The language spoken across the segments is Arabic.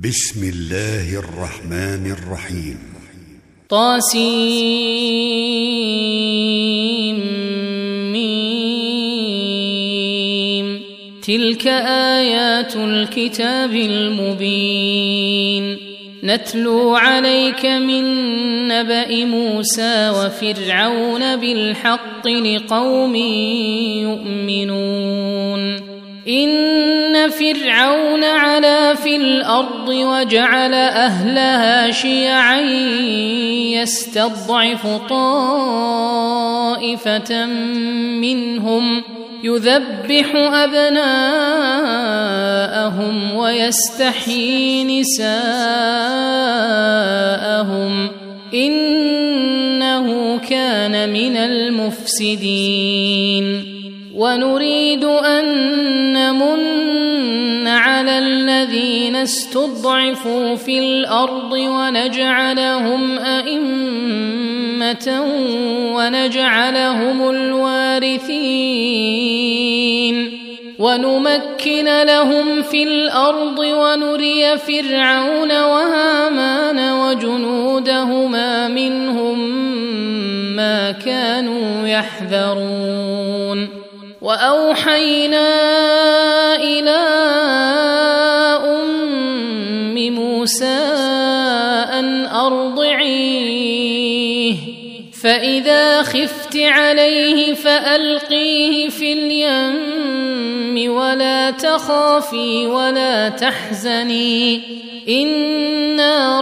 بسم الله الرحمن الرحيم. طاسيم. تلك آيات الكتاب المبين. نتلو عليك من نبأ موسى وفرعون بالحق لقوم يؤمنون. إن فرعون علا في الأرض وجعل أهلها شيعا يستضعف طائفة منهم يذبح أبناءهم ويستحيي نساءهم إنه كان من المفسدين. ونريد أن نمن على الذين استضعفوا في الأرض ونجعلهم أئمة ونجعلهم الوارثين ونمكن لهم في الأرض ونري فرعون وهامان وجنودهما منهم ما كانوا يحذرون. وأوحينا إلى أم موسى أن أرضعيه فإذا خفت عليه فألقيه في اليم ولا تخافي ولا تحزني إنا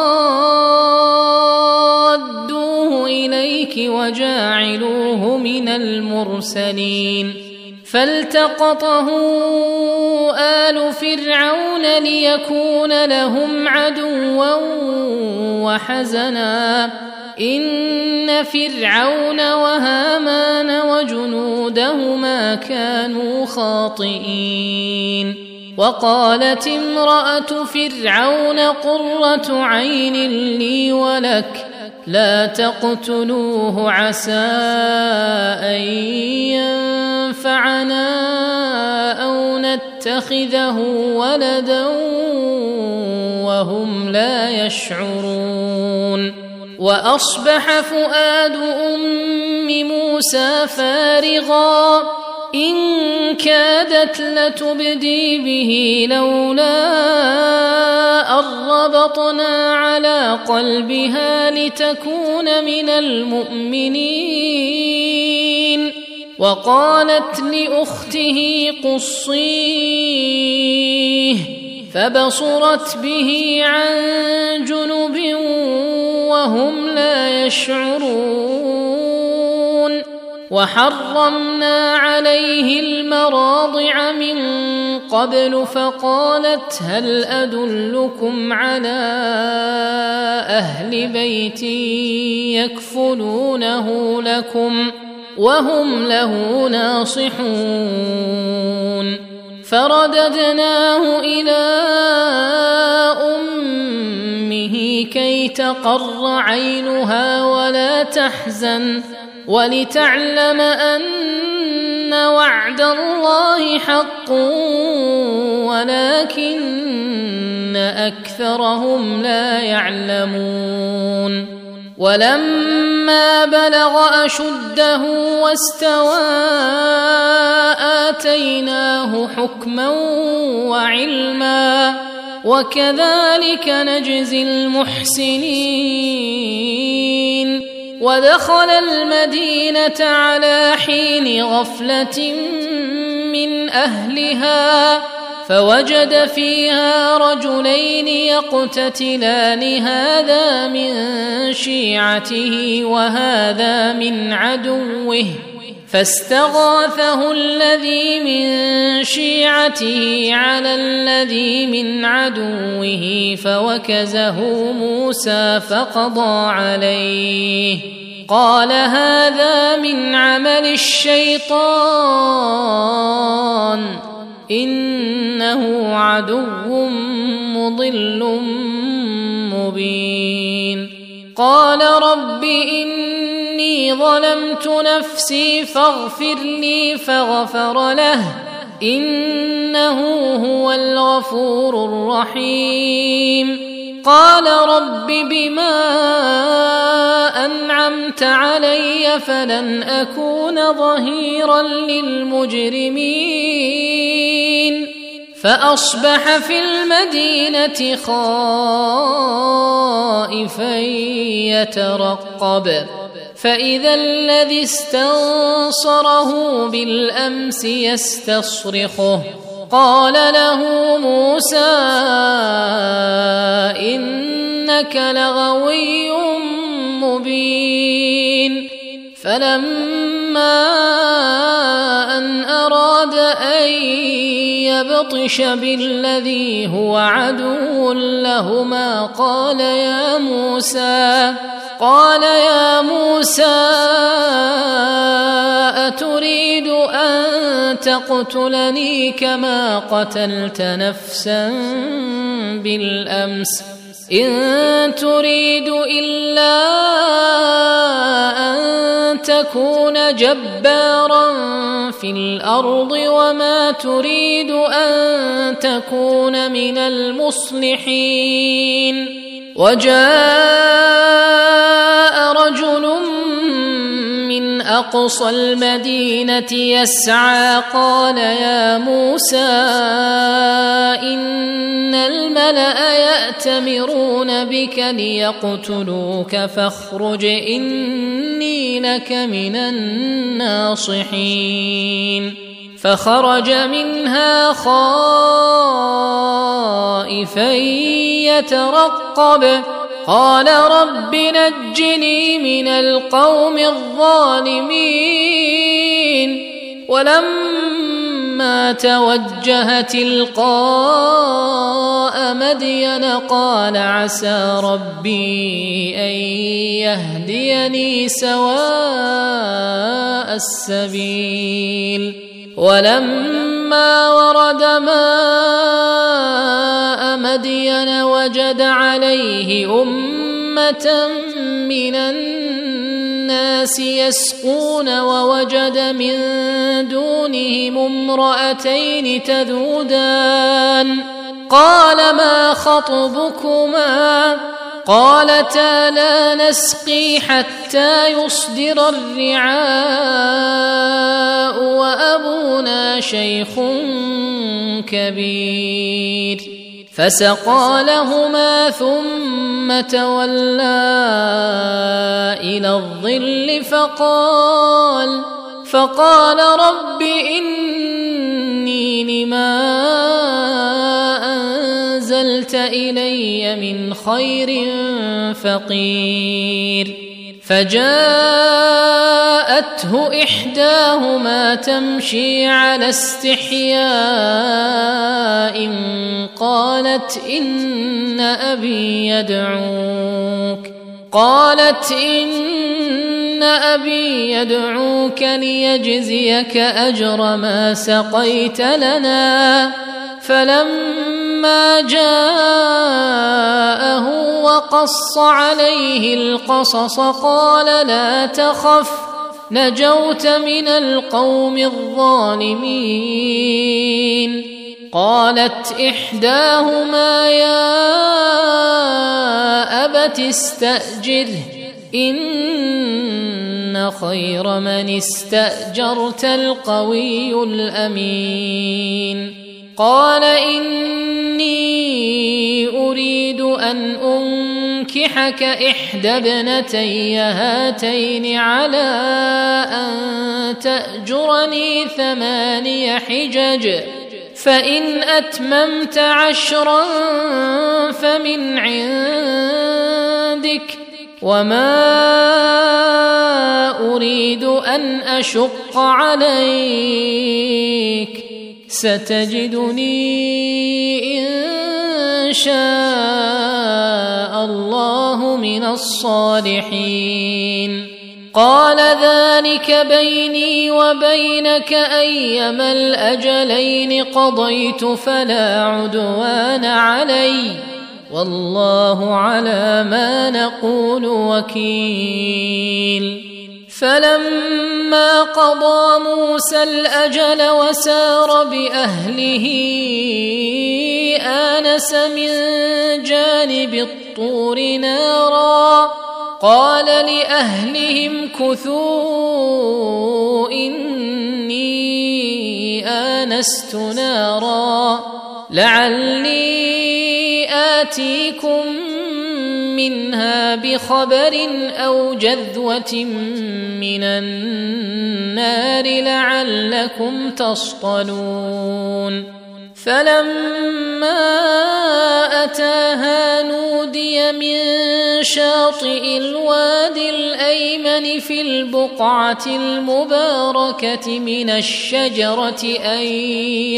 رادوه إليك وجاعلوه من المرسلين. فالتقطه آل فرعون ليكون لهم عدوا وحزنا إن فرعون وهامان وجنودهما كانوا خاطئين. وقالت امرأة فرعون قرة عين لي ولك لا تقتلوه عسى أن ينفعنا أو نتخذه ولدا وهم لا يشعرون. وأصبح فؤاد أم موسى فارغا إن كادت لتبدي به لولا أن ربطنا على قلبها لتكون من المؤمنين. وقالت لأخته قصيه فبصرت به عن جنب وهم لا يشعرون. وحرمنا عليه المراضع من قبل فقالت هل أدلكم على أهل بيت يكفلونه لكم وهم له ناصحون. فرددناه إلى أمه كي تقر عينها ولا تحزن ولتعلم أن وعد الله حق ولكن أكثرهم لا يعلمون. ولما بلغ أشده واستوى آتيناه حكما وعلما وكذلك نجزي المحسنين. ودخل المدينة على حين غفلة من أهلها فوجد فيها رجلين يقتتلان هذا من شيعته وهذا من عدوه فاستغاثه الذي من شيعته على الذي من عدوه فوكزه موسى فقضى عليه قال هذا من عمل الشيطان إنه عدو مضل مبين. قال رب إني ظلمت نفسي فاغفر لي فغفر له إنه هو الغفور الرحيم. قال رب بما أنعمت علي فلن أكون ظهيرا للمجرمين. فأصبح في المدينة خائفا يترقب، فإذا الذي استنصره بالأمس يستصرخه. قال له موسى إنك لغوي مبين. فلما أن أراد أن يبطش بالذي هو عدو لهما قال يا موسى أتريد أن تقتلني كما قتلت نفسا بالأمس إن تريد إلا أن تكون جبارا في الأرض وما تريد أن تكون من المصلحين. وجاء رجل من أقصى المدينة يسعى قال يا موسى إن الملأ يأتمرون بك ليقتلوك فاخرج إني لك من الناصحين. فخرج منها خائفا يترقب قال رب نجني من القوم الظالمين. ولما توجه تلقاء مدين قال عسى ربي أن يهديني سواء السبيل. ولما ورد ماء مدين وجد عليه أمة من الناس يسقون ووجد من دونهم امرأتين تذودان قال ما خطبكما قالتا لا نسقي حتى يصدر الرعاء وأبونا شيخ كبير. فسقى لهما ثم تولى إلى الظل فقال رب إني لما أنزلت إلي من خير فقير. فجاءته إحداهما تمشي على استحياء قالت إن أبي يدعوك ليجزيك أجر ما سقيت لنا. فلما جاءه وقص عليه القصص قال لا تخف نجوت من القوم الظالمين. قالت إحداهما يا أبت استأجره إن خير من استأجرت القوي الأمين. قال إني أريد أن أنكحك إحدى ابنتي هاتين على أن تأجرني 8 حجج فإن أتممت 10 فمن عندك وما أريد أن أشق عليك ستجدني إن شاء الله من الصالحين. قال ذلك بيني وبينك أيما الأجلين قضيت فلا عدوان علي والله على ما نقول وكيل. فلما قضى موسى الأجل وسار بأهله آنس من جانب الطور نارا قال لأهلهم كثوا إني آنست نارا لعلي آتيكم منها بخبر أو جذوة من النار لعلكم تصطلون فلما أتاها نودي من شاطئ الوادي الأيمن في البقعة المباركة من الشجرة أي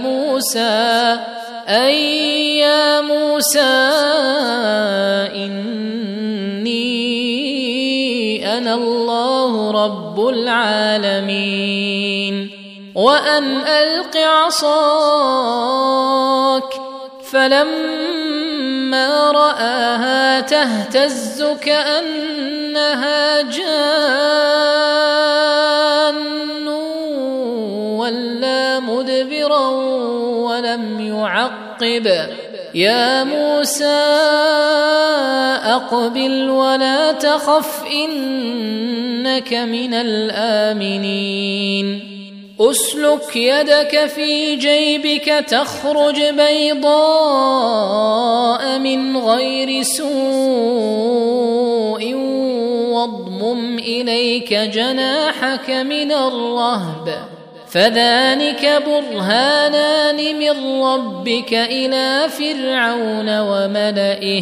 يا موسى إني أنا الله رب العالمين وأن ألق عصاك فلما رآها تهتز كأنها جان ولا مدبرا ولم يعقب يا موسى أقبل ولا تخف إنك من الآمنين أسلك يدك في جيبك تخرج بيضاء من غير سوء واضمم إليك جناحك من الرهب فذلك برهانان من ربك إلى فرعون وملئه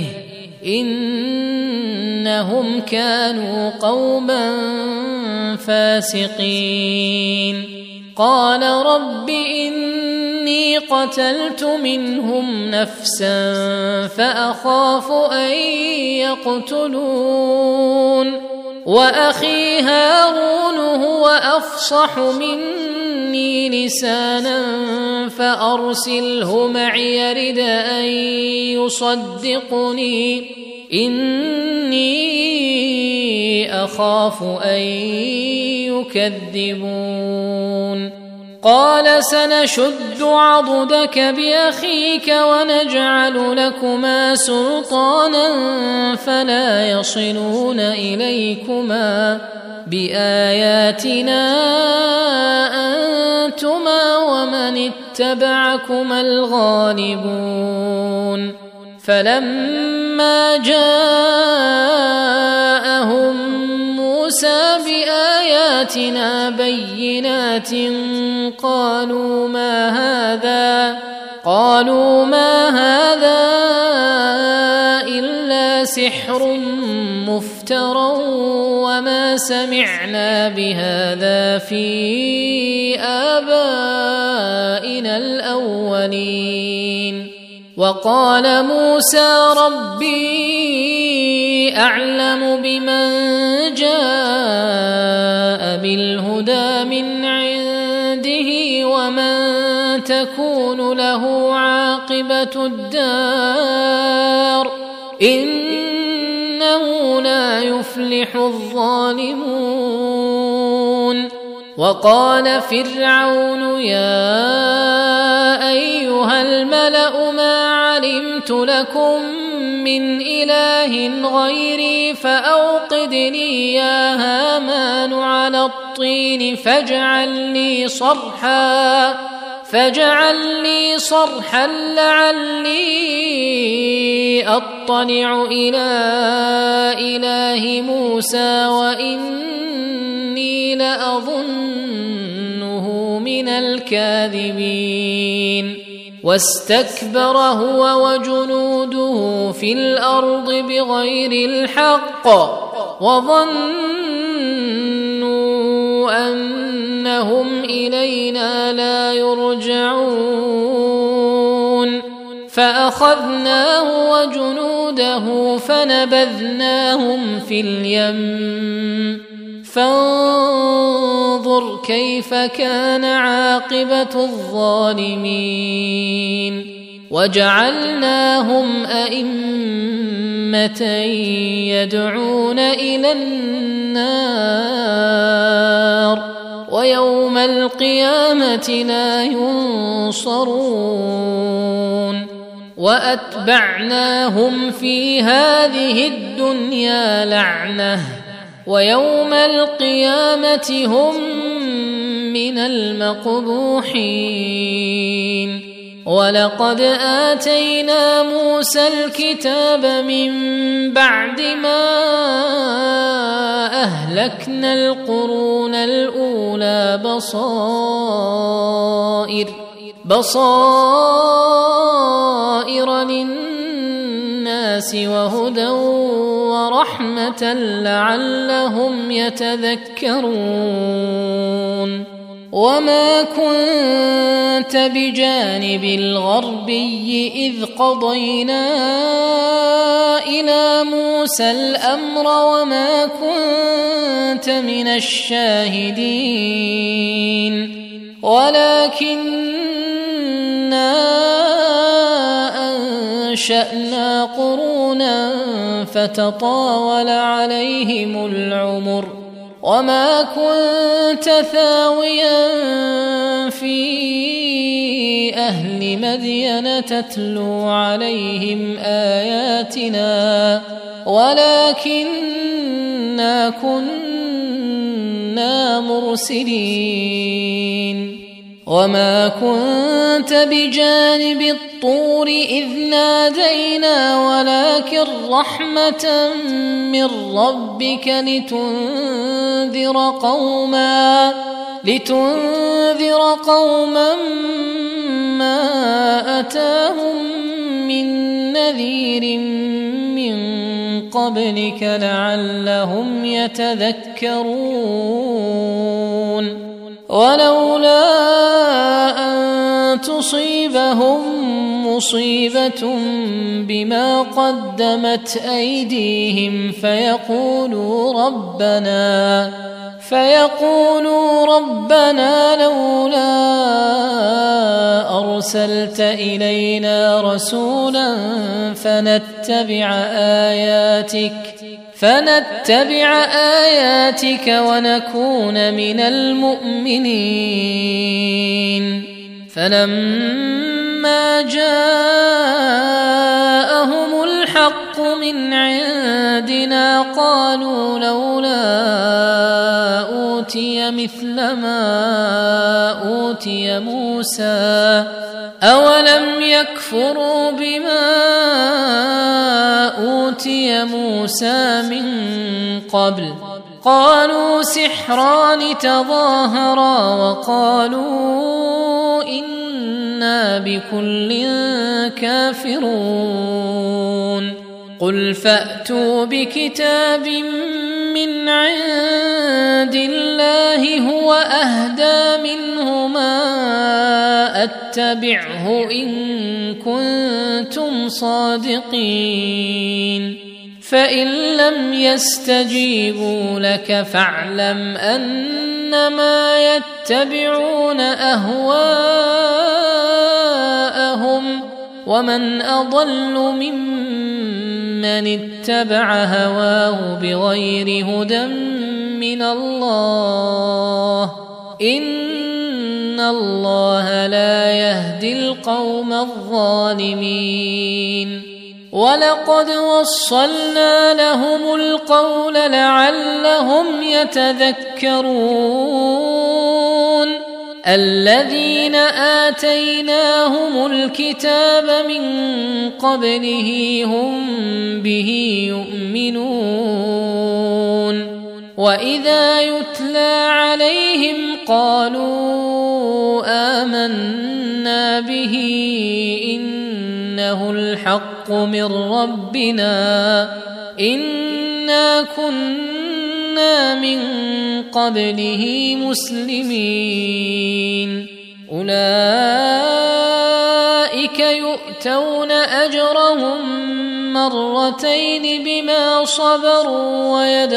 إنهم كانوا قوما فاسقين قال رب إني قتلت منهم نفسا فأخاف أن يقتلون وأخي هارون هو أفصح مني لسانا فأرسله معي يرد أن يصدقني إني أخاف أن يكذبون قال سنشد عضدك بأخيك ونجعل لكما سلطانا فلا يصلون إليكما بآياتنا أنتما ومن اتبعكما الغالبون فلما جاءهم موسى بآياتنا بينات قالوا ما هذا إلا سحر مفترى وما سمعنا بهذا في آبائنا الأولين وقال موسى ربي أعلم بمن جاء بالهدى من عنده ومن تكون له عاقبة الدار إنه لا يفلح الظالمون وقال فرعون يا أيها الملأ ما علمت لكم من إله غيري فأوقد لي يا هامان على الطين فاجعل لي صرحا لعلي أطلع إلى إله موسى وإني لأظنه من الكاذبين واستكبر هو وجنوده في الأرض بغير الحق وظنوا أنهم إلينا لا يرجعون فأخذناه وجنوده فنبذناهم في اليم فانظر كيف كان عاقبة الظالمين وجعلناهم أئمة أمة يدعون إلى النار ويوم القيامة لا ينصرون وأتبعناهم في هذه الدنيا لعنة ويوم القيامة هم من المقبوحين ولقد آتينا موسى الكتاب من بعد ما أهلكنا القرون الأولى بصائر للناس وهدى ورحمة لعلهم يتذكرون وما كنت بجانب الغربي إذ قضينا إلى موسى الأمر وما كنت من الشاهدين ولكننا أنشأنا قرونا فتطاول عليهم العمر وما كنت ثاويا في أهل مدين تتلو عليهم آياتنا ولكننا كنا مرسلين وما كنت بجانب الطور إذ نادينا ولكن رحمة من ربك لتنذر قوما ما أتاهم من نذير من قبلك لعلهم يتذكرون ولولا أن تصيبهم مصيبة بما قدمت أيديهم فيقولوا ربنا لولا أرسلت إلينا رسولا فنتبع آياتك ونكون من المؤمنين فلما جاءهم الحق من عندنا قالوا لولا أوتي مثل ما أوتي موسى أولم يكفروا بما أوتي موسى من قبل قالوا سحران تظاهرا وقالوا إنا بكل كافرون قل فأتوا بكتاب من عند الله هو أهدى منهما أتبعه إن كنتم صادقين فإن لم يستجيبوا لك فاعلم أنما يتبعون أهواءهم ومن أضل ممن اتبع هواه بغير هدى من الله إن الله لا يهدي القوم الظالمين ولقد وصلنا لهم القول لعلهم يتذكرون الذين آتيناهم الكتاب من قبله هم به يؤمنون وإذا يتلى عليهم قالوا آمنا به إنه الحق من ربنا إنا كنا من قبله مسلمين أولئك يؤتون أجرهم مرتين بما صبروا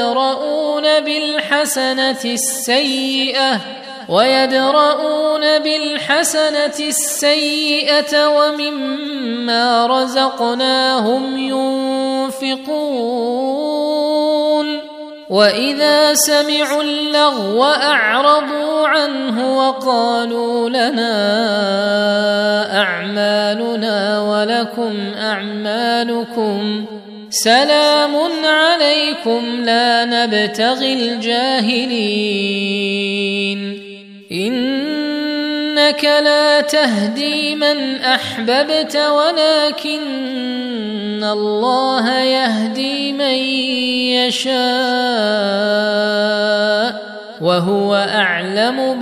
ويدرؤون بالحسنة السيئة ومما رزقناهم ينفقون ينفقون وإذا سمعوا اللغو أعرضوا عنه وقالوا لنا أعمالنا ولكم أعمالكم سلام عليكم لا نبتغي الجاهلين إنك لا تهدي من أحببت ولكن الله يهدي من يشاء وهو أعلم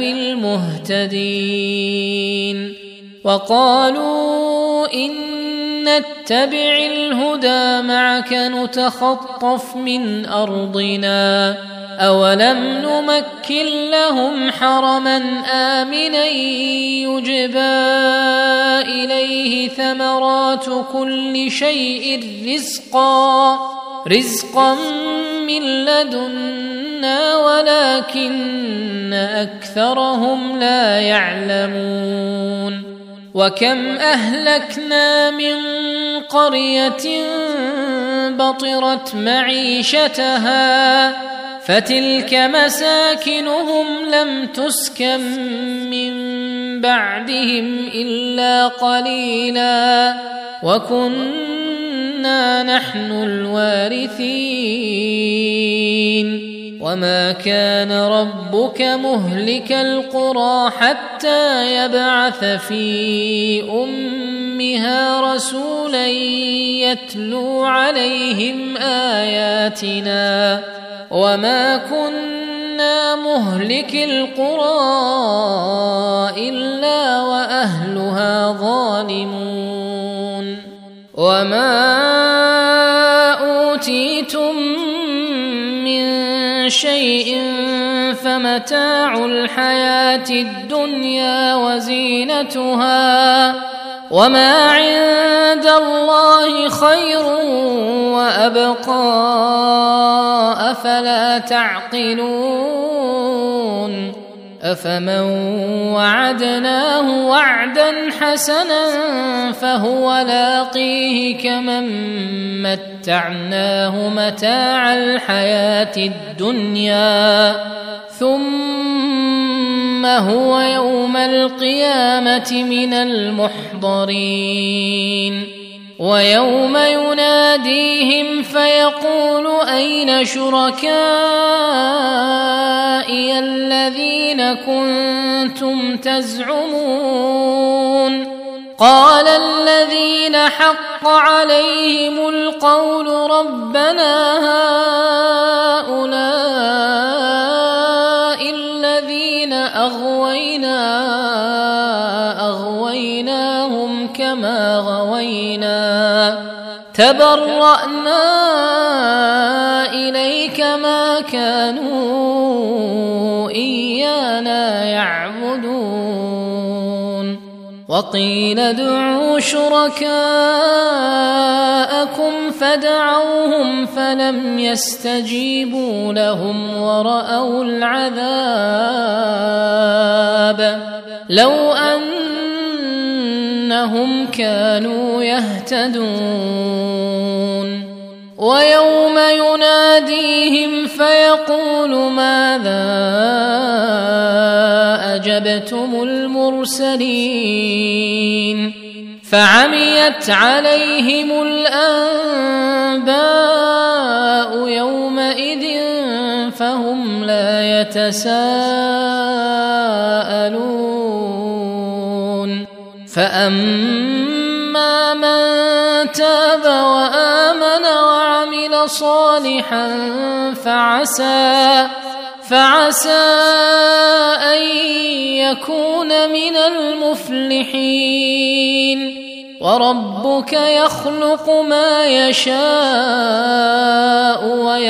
بالمهتدين وقالوا إن نتبع الهدى معك نتخطف من أرضنا أولم نمكن لهم حرما آمنا يجبى إليه ثمرات كل شيء رزقا من لدنا ولكن أكثرهم لا يعلمون وكم أهلكنا من قرية بطرت معيشتها فتلك مساكنهم لم تسكن من بعدهم إلا قليلا وكنا نحن الوارثين وما كان ربك مهلك القرى حتى يبعث في أمها رسولا يتلو عليهم آياتنا وما كنا مهلك القرى إلا وأهلها ظالمون وما أوتيتم من شيء فمتاع الحياة الدنيا وزينتها وما عند الله خير وأبقى أفلا تعقلون أفمن وعدناه وعدا حسنا فهو لاقيه كمن متعناه متاع الحياة الدنيا ثم هو يوم القيامة من المحضرين ويوم يناديهم فيقول أين شركائي الذين كنتم تزعمون قال الذين حق عليهم القول ربنا هؤلاء الذين أغويناهم كما غوينا تبرأنا إليك ما كانوا إيانا يعبدون وقيل ادعوا شركاءكم فدعوهم فلم يستجيبوا لهم ورأوا العذاب لو أنهم كانوا يهتدون ويوم يناديهم فيقول ماذا أجبتم المرسلين فعميت عليهم الأنباء يومئذ فهم لا يتساءلون فأما من تاب وآمن وعمل صالحا فعسى أن يكون من المفلحين وربك يخلق ما يشاء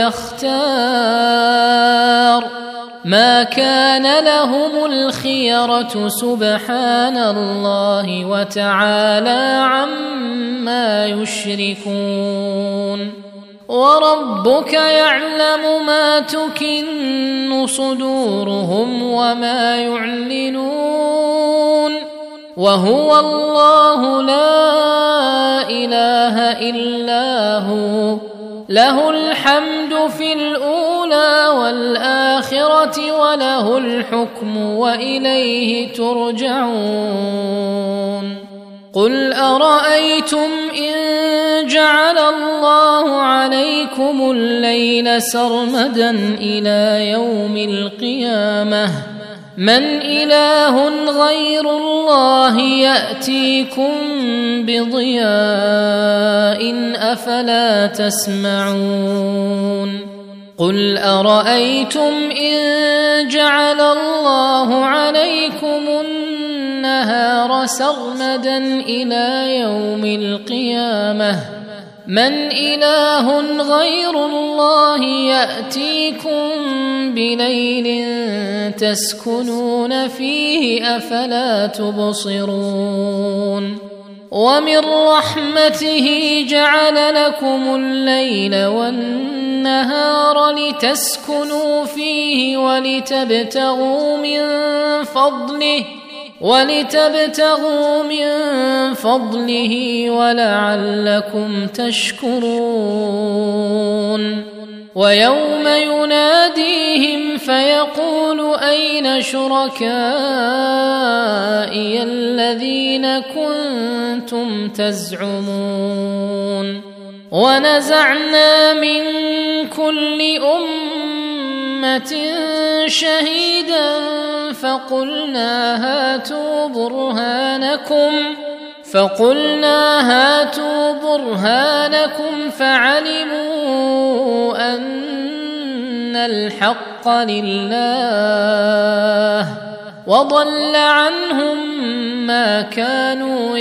ويختار ما كان لهم الخيرة سبحان الله وتعالى عما يشركون وربك يعلم ما تكن صدورهم وما يعلنون وهو الله لا إله إلا هو له الحمد في الأولى والآخرة وله الحكم وإليه ترجعون قل أرأيتم إن جعل الله عليكم الليل سرمدا إلى يوم القيامة من إله غير الله يأتيكم بضياء أفلا تسمعون قل أرأيتم إن جعل الله عليكم النهار سرمدا إلى يوم القيامة من إله غير الله يأتيكم بليل تسكنون فيه أفلا تبصرون ومن رحمته جعل لكم الليل والنهار لتسكنوا فيه ولتبتغوا من فضله ولعلكم تشكرون ويوم يناديهم فيقول أين شركائي الذين كنتم تزعمون ونزعنا من كل أمة شهيدا فقلنا هاتوا برهانكم فعلموا أن الحق لله وضل عنهم ما كانوا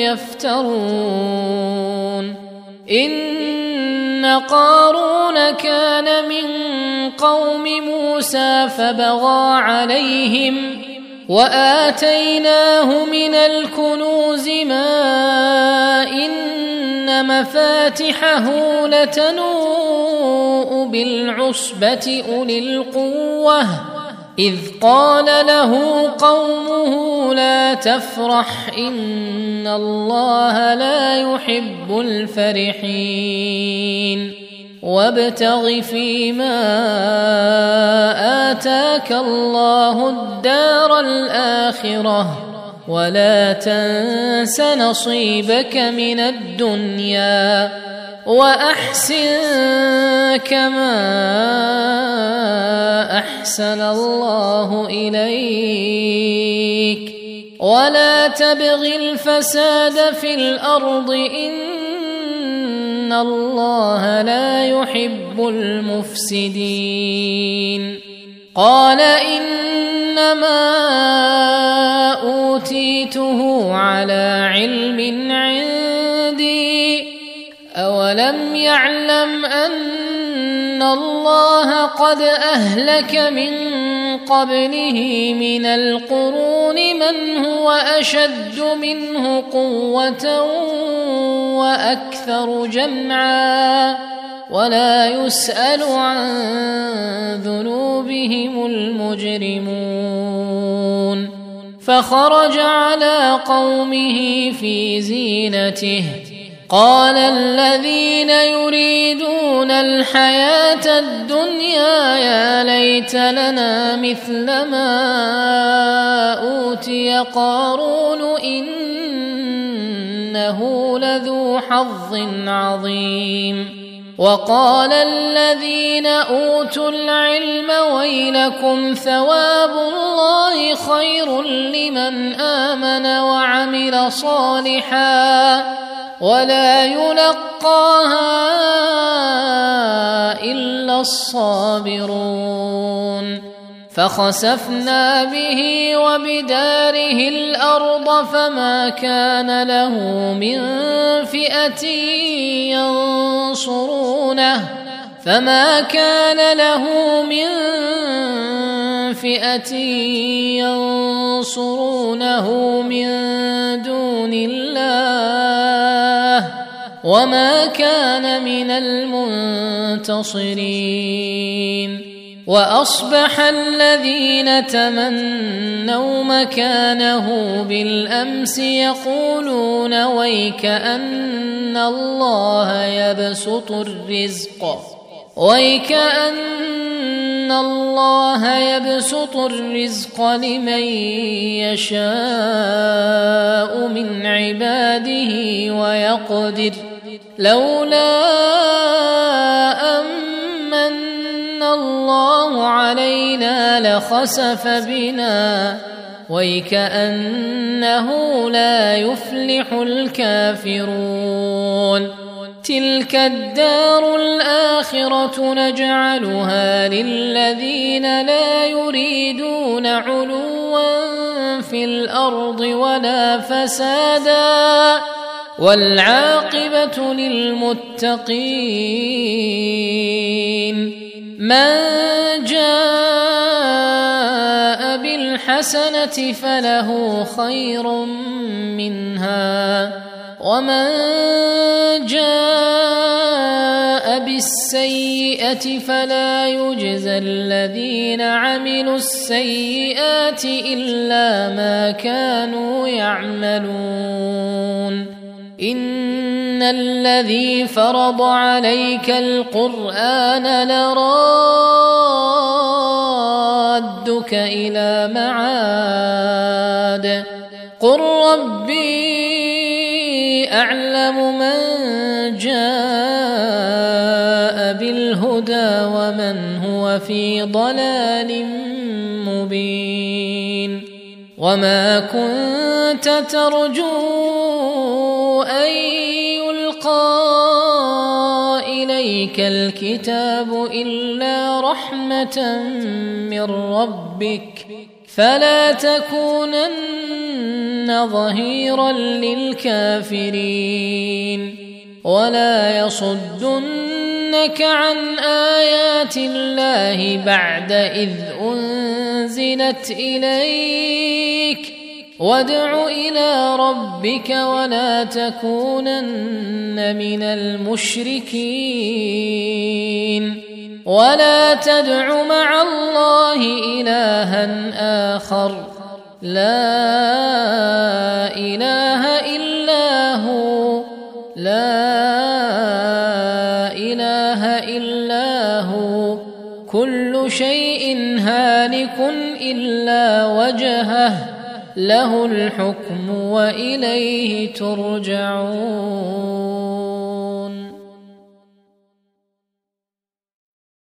يفترون إن قارون كان من قوم موسى فبغى عليهم وآتيناه من الكنوز ما إن مفاتحه لتنوء بالعصبة أولي القوة إذ قال له قومه لا تفرح إن الله لا يحب الفرحين وابتغ فيما آتاك الله الدار الآخرة ولا تنس نصيبك من الدنيا وأحسن كما أحسن الله إليك ولا تبغ الفساد في الأرض إن الله لا يحب المفسدين قال إنما أوتيته على علم عندي أولم يعلم أن الله قد أهلك من قبله من القرون من هو أشد منه قوة وأكثر جمعا ولا يسأل عن ذنوبهم المجرمون فخرج على قومه في زينته قال الذين يريدون الحياة الدنيا يا ليت لنا مثل ما أوتي قارون إنه لذو حظ عظيم وقال الذين أوتوا العلم ويلكم ثواب الله خير لمن آمن وعمل صالحا ولا يلقاها إلا الصابرون فخسفنا به وبداره الأرض فما كان له من فئة ينصرونه من دون الله وما كان من المنتصرين وأصبح الذين تمنوا مكانه بالأمس يقولون ويك أن الله يبسط الرزق لمن يشاء من عباده ويقدر لولا أمن الله علينا لخسف بنا ويكأنه لا يفلح الكافرون تلك الدار الآخرة نجعلها للذين لا يريدون علوا في الأرض ولا فسادا والعاقبة للمتقين من جاء بالحسنة فله خير منها ومن جاء بالسيئة فلا يجزى الذين عملوا السيئات إلا ما كانوا يعملون إن الذي فرض عليك القرآن لرادك إلى معاد قل ربي أعلم من جاء بالهدى ومن هو في ضلال مبين وما كنت ترجو أن يلقى إليك الكتاب إلا رحمة من ربك فلا تكونن ظهيرا للكافرين ولا يصدنك عن آيات الله بعد إذ أنزلت إليك وادع إلى ربك ولا تكونن من المشركين ولا تدع مع الله إلها آخر لا إله إلا هو كل شيء هالك إلا وجهه له الحكم وإليه ترجعون